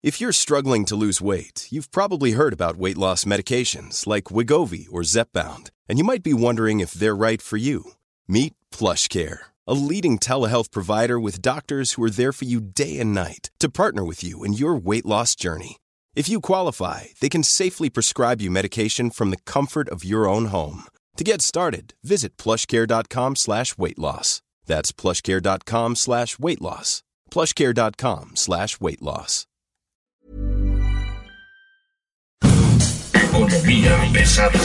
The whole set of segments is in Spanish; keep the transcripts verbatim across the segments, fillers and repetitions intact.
If you're struggling to lose weight, you've probably heard about weight loss medications like Wegovy or Zepbound, and you might be wondering if they're right for you. Meet PlushCare, a leading telehealth provider with doctors who are there for you day and night to partner with you in your weight loss journey. If you qualify, they can safely prescribe you medication from the comfort of your own home. To get started, visit plushcare.com slash weight loss. That's plushcare.com slash weight loss. plushcare.com slash weight loss. Economía pesada.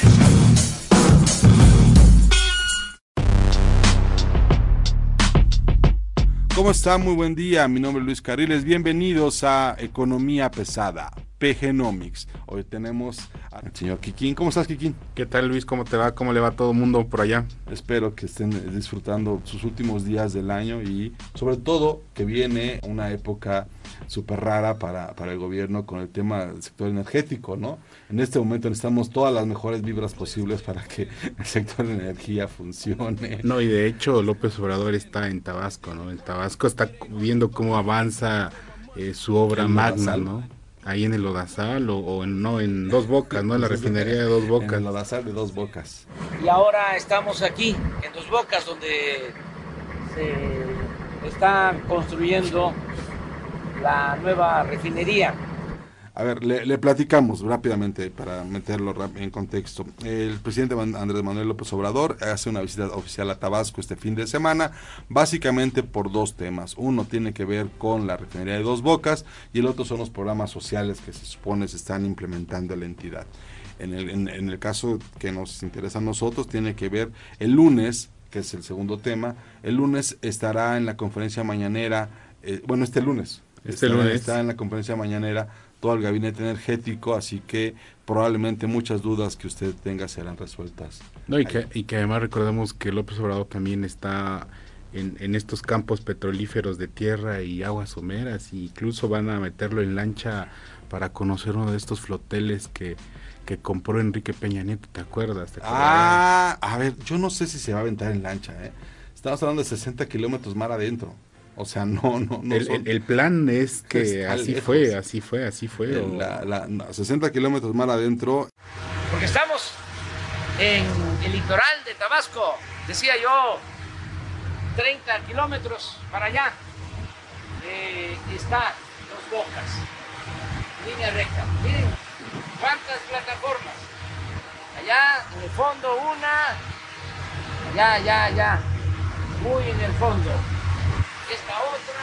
¿Cómo está? Muy buen día, mi nombre es Luis Carriles, bienvenidos a Economía Pesada, PGnomics. Hoy tenemos al señor Kikín. ¿Cómo estás, Kikín? ¿Qué tal, Luis? ¿Cómo te va? ¿Cómo le va a todo el mundo por allá? Espero que estén disfrutando sus últimos días del año y sobre todo que viene una época súper rara para, para el gobierno con el tema del sector energético, ¿no? En este momento necesitamos todas las mejores vibras posibles para que el sector de energía funcione. No, y de hecho López Obrador está en Tabasco, ¿no? En Tabasco está viendo cómo avanza eh, su obra magna, ¿no? Ahí en el Lodazal o, o en, no, en Dos Bocas, ¿no? En la refinería de Dos Bocas. En el Lodazal de Dos Bocas. Y ahora estamos aquí, en Dos Bocas, donde se está construyendo la nueva refinería. A ver, le, le platicamos rápidamente para meterlo en contexto. El presidente Andrés Manuel López Obrador hace una visita oficial a Tabasco este fin de semana, básicamente por dos temas. Uno tiene que ver con la refinería de Dos Bocas y el otro son los programas sociales que se supone se están implementando en la entidad. En el, en, en el caso que nos interesa a nosotros, tiene que ver el lunes, que es el segundo tema. El lunes estará en la conferencia mañanera, eh, bueno, este lunes. Este está, lunes. Está en la conferencia mañanera todo el gabinete energético, así que probablemente muchas dudas que usted tenga serán resueltas. No, y que, y que además recordemos que López Obrador también está en, en estos campos petrolíferos de tierra y aguas someras, e incluso van a meterlo en lancha para conocer uno de estos floteles que, que compró Enrique Peña Nieto, ¿te acuerdas? ¿Te ah, a ver, yo no sé si se va a aventar en lancha, ¿eh? Estamos hablando de sesenta kilómetros mar adentro. O sea, no, no, no. El, son, el, el plan es que así lejos. fue, así fue, así fue. O... La, la, no, sesenta kilómetros mar adentro. Porque estamos en el litoral de Tabasco, decía yo, treinta kilómetros para allá. Eh, está Dos Bocas, línea recta. Miren cuántas plataformas. Allá en el fondo una, allá, allá, allá, muy en el fondo. Esta otra,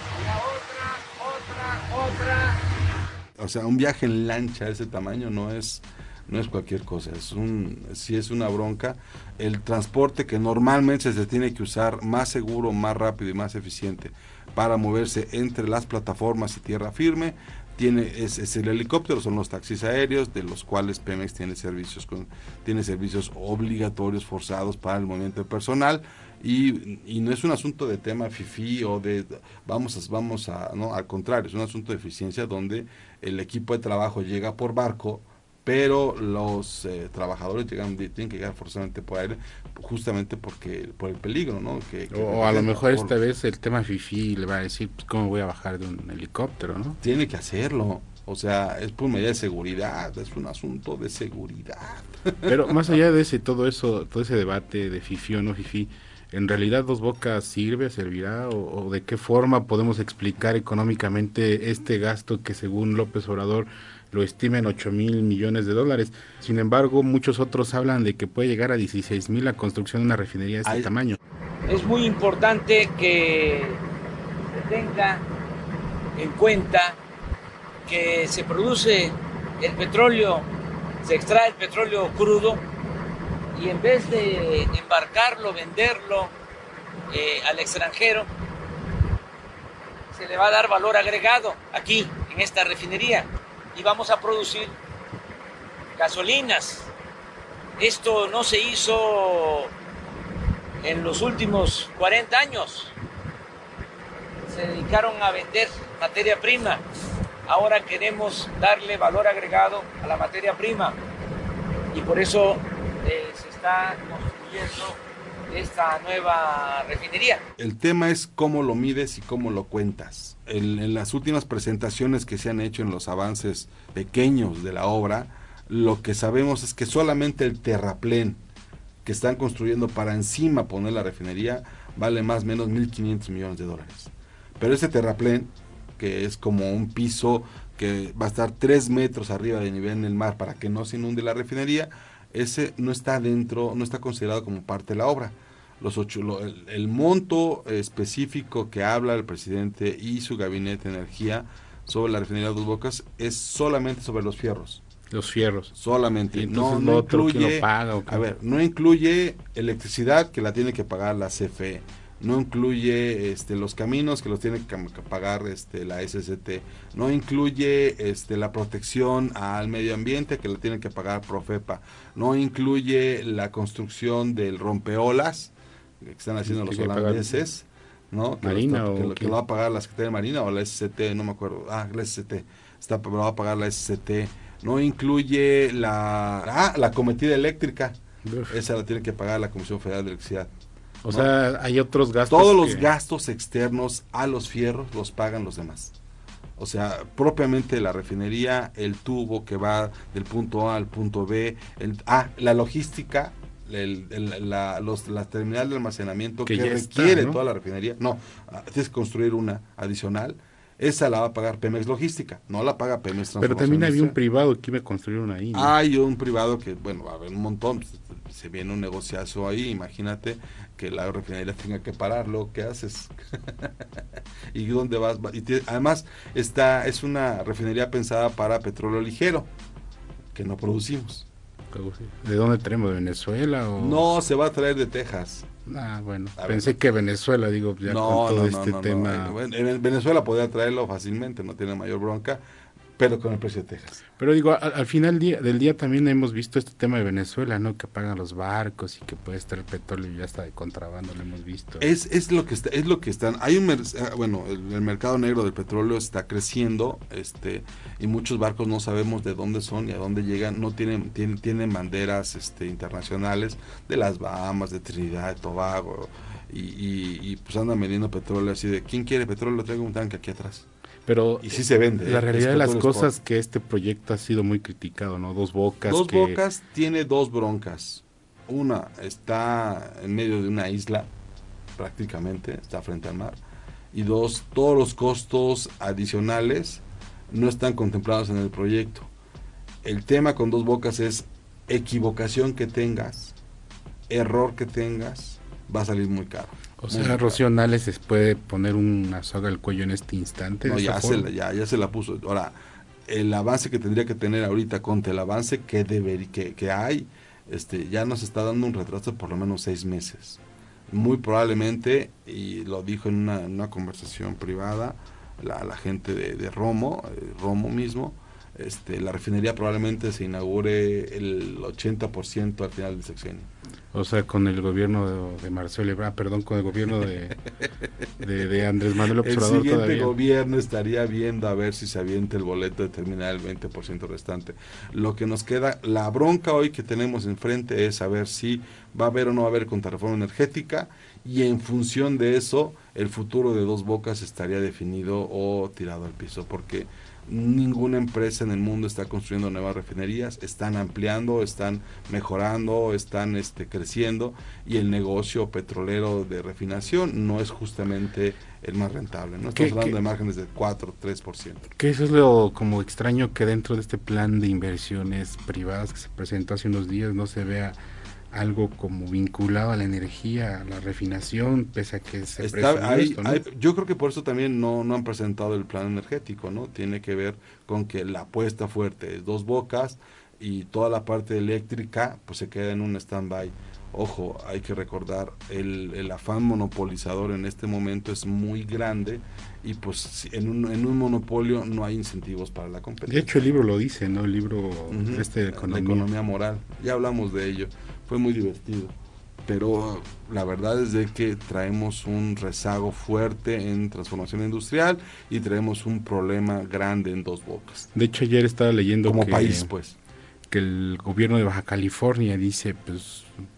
la otra, otra, otra. O sea, un viaje en lancha de ese tamaño no es no es cualquier cosa, es un sí es una bronca. El transporte que normalmente se tiene que usar más seguro, más rápido y más eficiente para moverse entre las plataformas y tierra firme tiene es, es el helicóptero, son los taxis aéreos, de los cuales Pemex tiene servicios con tiene servicios obligatorios forzados para el movimiento de personal. Y, y no es un asunto de tema fifí o de vamos a, vamos a, no, al contrario, es un asunto de eficiencia donde el equipo de trabajo llega por barco, pero los eh, trabajadores llegan, tienen que llegar forzosamente por aire, justamente porque por el peligro, ¿no? Que, que o a lo mejor por, esta vez el tema fifí le va a decir, pues, ¿cómo voy a bajar de un helicóptero, no? Tiene que hacerlo. O sea, es por medida de seguridad, es un asunto de seguridad. Pero más allá de ese, todo eso, todo ese debate de fifí o no fifí, ¿en realidad Dos Bocas sirve, servirá? O, ¿O de qué forma podemos explicar económicamente este gasto que según López Obrador lo estima en ocho mil millones de dólares? Sin embargo, muchos otros hablan de que puede llegar a dieciséis mil la construcción de una refinería de este Ay. tamaño. Es muy importante que se tenga en cuenta que se produce el petróleo, se extrae el petróleo crudo, y en vez de embarcarlo, venderlo eh, al extranjero, se le va a dar valor agregado aquí, en esta refinería, y vamos a producir gasolinas. Esto no se hizo en los últimos cuarenta años. Se dedicaron a vender materia prima. Ahora queremos darle valor agregado a la materia prima, y por eso eh, se está construyendo esta nueva refinería. El tema es cómo lo mides y cómo lo cuentas. En, en las últimas presentaciones que se han hecho en los avances pequeños de la obra, lo que sabemos es que solamente el terraplén que están construyendo para encima poner la refinería vale más o menos mil quinientos millones de dólares. Pero ese terraplén, que es como un piso que va a estar tres metros arriba de nivel en el mar para que no se inunde la refinería, ese no está dentro, no está considerado como parte de la obra. Los ocho, lo, el, el monto específico que habla el presidente y su gabinete de energía sobre la refinería de Dos Bocas es solamente sobre los fierros. Los fierros. Solamente. No, no lo otro, incluye, ¿quién lo paga, o qué? A ver, no incluye electricidad que la tiene que pagar la C F E. No incluye este, los caminos que los tiene que pagar este, la S S T, no incluye este, la protección al medio ambiente que la tiene que pagar Profepa, no incluye la construcción del rompeolas que están haciendo los holandeses, ¿no? Que, Marina lo, está, o que, lo, que lo va a pagar la Secretaría de Marina o la S S T, no me acuerdo, ah, la S S T, está, lo va a pagar la S S T, no incluye la, ah, la cometida eléctrica, Uf. esa la tiene que pagar la Comisión Federal de Electricidad. O ¿no? sea, hay otros gastos. Todos que... los gastos externos a los fierros los pagan los demás. O sea, propiamente la refinería, el tubo que va del punto A al punto B, el, ah, la logística, el, el, la, los, la terminal de almacenamiento que, que requiere está, ¿no? toda la refinería. No, tienes que construir una adicional. Esa la va a pagar Pemex Logística, no la paga Pemex Transformación. Pero también había un privado que iba a construir una ahí, ¿no? Hay un privado que, bueno, va a haber un montón, se viene un negociazo ahí, imagínate que la refinería tenga que pararlo, ¿qué haces? ¿Y dónde vas? Y te, además, está, es una refinería pensada para petróleo ligero, que no producimos. ¿De dónde tenemos? ¿De Venezuela? O... No, se va a traer de Texas. Ah, bueno, a pensé ver. que Venezuela, digo, ya no, con todo no, este no, tema. No. En Venezuela podría traerlo fácilmente, no tiene mayor bronca, pero con el precio de Texas. Pero digo, al, al final día, del día también hemos visto este tema de Venezuela, ¿no? Que pagan los barcos y que puede estar el petróleo y ya está de contrabando, lo hemos visto. Es es lo que está, es lo que están. Hay un bueno, el, el mercado negro del petróleo está creciendo, este, y muchos barcos no sabemos de dónde son y a dónde llegan, no tienen tienen, tienen banderas este internacionales de las Bahamas, de Trinidad, de Tobago, y, y, y pues andan vendiendo petróleo así de ¿quién quiere petróleo? Traigo un tanque aquí atrás. Pero y sí se vende. La realidad de las cosas es que este proyecto ha sido muy criticado, ¿no? Dos Bocas. Dos que... Bocas tiene dos broncas. Una, está en medio de una isla, prácticamente, está frente al mar. Y dos, todos los costos adicionales no están contemplados en el proyecto. El tema con Dos Bocas es equivocación que tengas, error que tengas, va a salir muy caro. O sea, Rocío Nales se puede poner una soga al cuello en este instante. No, ya se, la, ya, ya se la puso. Ahora, el avance que tendría que tener ahorita contra el avance que debería, que, que hay, este, ya nos está dando un retraso de por lo menos seis meses. Muy probablemente, y lo dijo en una, en una conversación privada, la, la gente de, de Romo, eh, Romo mismo, este, la refinería probablemente se inaugure el ochenta por ciento al final del sexenio. O sea, con el gobierno de, de Marcelo Ebrard, perdón, con el gobierno de, de, de Andrés Manuel López Obrador. El siguiente todavía. gobierno estaría viendo a ver si se avienta el boleto de terminar el veinte por ciento restante. Lo que nos queda, la bronca hoy que tenemos enfrente es saber si va a haber o no va a haber contrarreforma energética, y en función de eso, el futuro de Dos Bocas estaría definido o tirado al piso, porque ninguna empresa en el mundo está construyendo nuevas refinerías, están ampliando, están mejorando, están este, creciendo, y el negocio petrolero de refinación no es justamente el más rentable, ¿no? Estamos hablando de márgenes de cuatro, tres por ciento. Que eso es lo como extraño, que dentro de este plan de inversiones privadas que se presentó hace unos días no se vea algo como vinculado a la energía, a la refinación, pese a que se Está, hay, esto, ¿no? hay, yo creo que por eso también no, no han presentado el plan energético, ¿no? Tiene que ver con que la apuesta fuerte es Dos Bocas, y toda la parte eléctrica pues se queda en un stand-by. Ojo, hay que recordar, el, el afán monopolizador en este momento es muy grande, y pues en un, en un monopolio no hay incentivos para la competencia. De hecho el libro lo dice, ¿no? El libro uh-huh. este de economía. La economía moral, ya hablamos de ello, fue muy divertido, pero la verdad es de que traemos un rezago fuerte en transformación industrial y traemos un problema grande en Dos Bocas. De hecho ayer estaba leyendo como que, país, pues, que el gobierno de Baja California dice, pues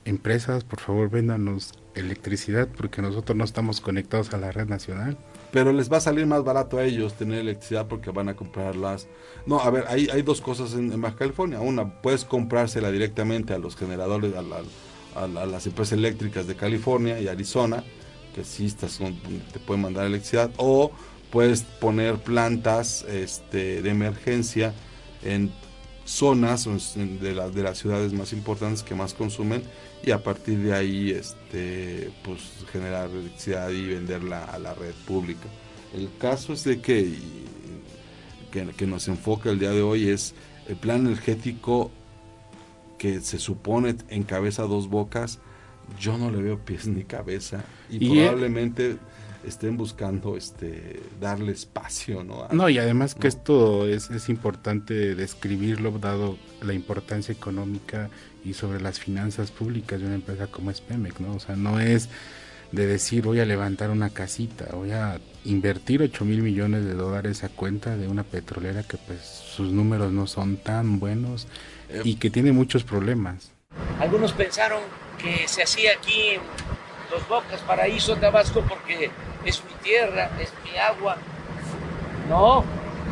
empresas, por favor, véndanos electricidad porque nosotros no estamos conectados a la red nacional. Pero les va a salir más barato a ellos tener electricidad porque van a comprarlas. No, a ver, hay, hay dos cosas en, en Baja California. Una, puedes comprársela directamente a los generadores, a, la, a, a las empresas eléctricas de California y Arizona, que sí estás, te pueden mandar electricidad, o puedes poner plantas este, de emergencia en zonas de, la, de las ciudades más importantes que más consumen, y a partir de ahí este pues generar electricidad y venderla a la red pública. El caso es de que, y, que que nos enfoca el día de hoy es el plan energético que se supone encabeza Dos Bocas. Yo no le veo pies ni cabeza y, y probablemente el... estén buscando este darle espacio, ¿no? A, no, y además que ¿no? esto es, es importante describirlo dado la importancia económica y sobre las finanzas públicas de una empresa como es Pemex, ¿no? O sea, no es de decir voy a levantar una casita, voy a invertir ocho mil millones de dólares a cuenta de una petrolera que pues sus números no son tan buenos eh. y que tiene muchos problemas. Algunos pensaron que se hacía aquí en Dos Bocas, Paraíso, Tabasco, porque es mi tierra, es mi agua. No,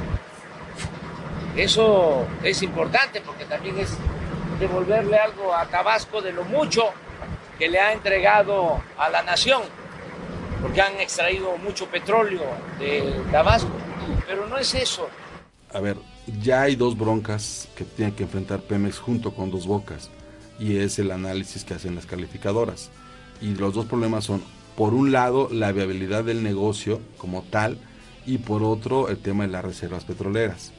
eso es importante porque también es devolverle algo a Tabasco de lo mucho que le ha entregado a la nación, porque han extraído mucho petróleo de Tabasco, pero no es eso. A ver, ya hay dos broncas que tiene que enfrentar Pemex junto con Dos Bocas, y es el análisis que hacen las calificadoras. Y los dos problemas son, por un lado, la viabilidad del negocio como tal, y por otro, el tema de las reservas petroleras.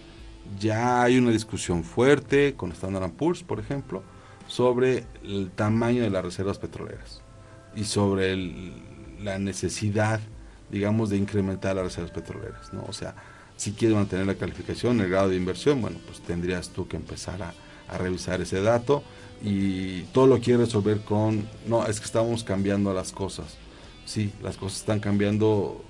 Ya hay una discusión fuerte con Standard and Poor's, por ejemplo, sobre el tamaño de las reservas petroleras y sobre el, la necesidad, digamos, de incrementar las reservas petroleras, ¿no? O sea, si quieres mantener la calificación, el grado de inversión, bueno, pues tendrías tú que empezar a, a revisar ese dato, y todo lo quieres resolver con, no, es que estamos cambiando las cosas. Sí, las cosas están cambiando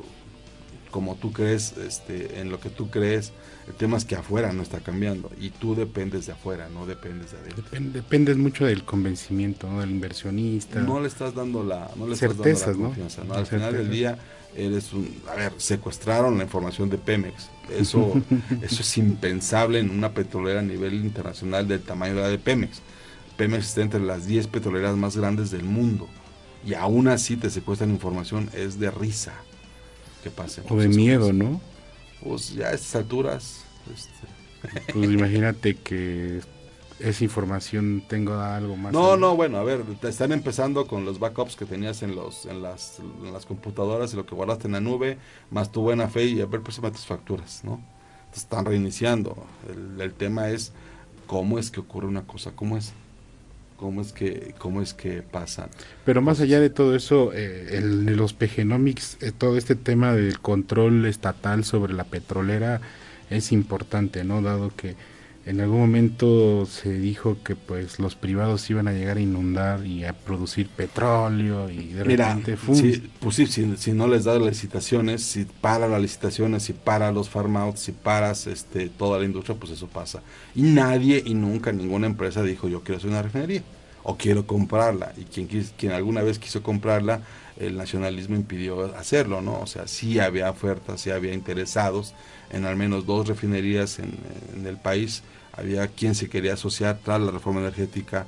como tú crees, este, en lo que tú crees. El tema es que afuera no está cambiando y tú dependes de afuera, no dependes de adentro. Depende, dependes mucho del convencimiento, ¿no? Del inversionista. No le estás dando la, no le certezas, estás dando la confianza, ¿no? ¿no? Al certezas. final del día eres un, a ver, secuestraron la información de Pemex. Eso, eso es impensable en una petrolera a nivel internacional del tamaño de la de Pemex. Pemex está entre las diez petroleras más grandes del mundo y aún así te secuestran información. Es de risa que pase. O de miedo, cosas. ¿No? Pues ya a estas alturas este... pues imagínate que esa información tenga algo más. No, no, bueno, a ver, te están empezando con los backups que tenías en los en las, en las computadoras y lo que guardaste en la nube, más tu buena fe, y a ver, présame tus facturas, ¿no? Te están reiniciando. El, el tema es cómo es que ocurre una cosa como esa. cómo es que cómo es que pasan. Pero más allá de todo eso, eh, el, los PGenomics, eh, todo este tema del control estatal sobre la petrolera es importante, ¿no? Dado que en algún momento se dijo que pues los privados iban a llegar a inundar y a producir petróleo y de Mira, repente ¡fum! Si, pues sí, si, si no les das las licitaciones, si para las licitaciones, si para los farm outs, si paras este, toda la industria, pues eso pasa. Y nadie y nunca ninguna empresa dijo yo quiero hacer una refinería o quiero comprarla, y quien, quien alguna vez quiso comprarla, el nacionalismo impidió hacerlo, ¿no? O sea, sí había ofertas, sí había interesados en al menos dos refinerías en, en el país. Había quien se quería asociar tras la reforma energética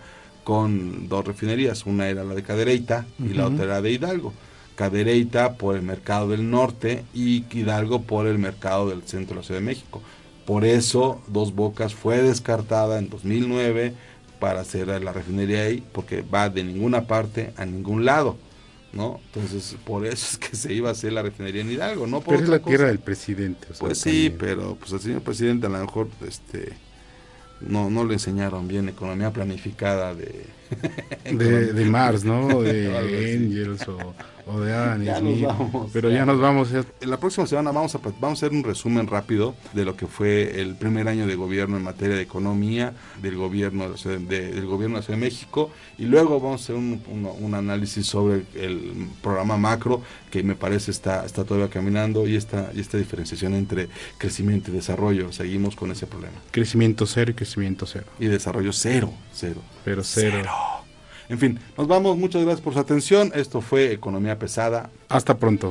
con dos refinerías, una era la de Cadereyta y uh-huh. la otra era de Hidalgo. Cadereyta por el mercado del norte y Hidalgo por el mercado del centro de la Ciudad de México. Por eso Dos Bocas fue descartada en dos mil nueve para hacer la refinería ahí, porque va de ninguna parte a ningún lado, ¿no? Entonces, por eso es que se iba a hacer la refinería en Hidalgo, ¿no? Por pero es la cosa. tierra del presidente. O sea, pues sí, también. Pero pues el señor presidente a lo mejor este no no le enseñaron bien economía planificada de de, de Mars, ¿no? De Angels o, o de Adam Smith. Pero ya, ya nos vamos. En la próxima semana vamos a vamos a hacer un resumen rápido de lo que fue el primer año de gobierno en materia de economía del gobierno de la Ciudad de, del gobierno de la Ciudad de México, y luego vamos a hacer un, un, un análisis sobre el programa macro, que me parece está está todavía caminando, y esta y esta diferenciación entre crecimiento y desarrollo. Seguimos con ese problema. Crecimiento cero y crecimiento cero. Y desarrollo cero, cero. Pero cero. Cero. En fin, nos vamos, muchas gracias por su atención. Esto fue Economía Pesada. Hasta pronto.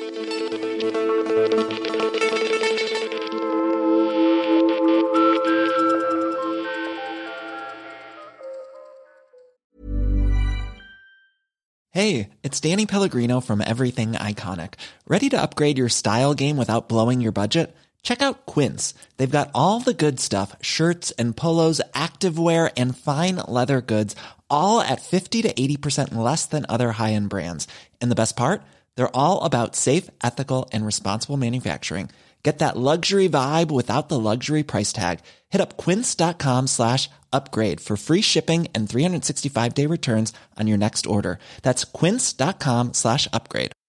Hey, it's Danny Pellegrino from Everything Iconic. Ready to upgrade your style game without blowing your budget? Check out Quince. They've got all the good stuff, shirts and polos, activewear, and fine leather goods, all at fifty to eighty percent less than other high-end brands. And the best part? They're all about safe, ethical, and responsible manufacturing. Get that luxury vibe without the luxury price tag. Hit up quince.com slash upgrade for free shipping and three sixty-five day returns on your next order. That's quince.com slash upgrade.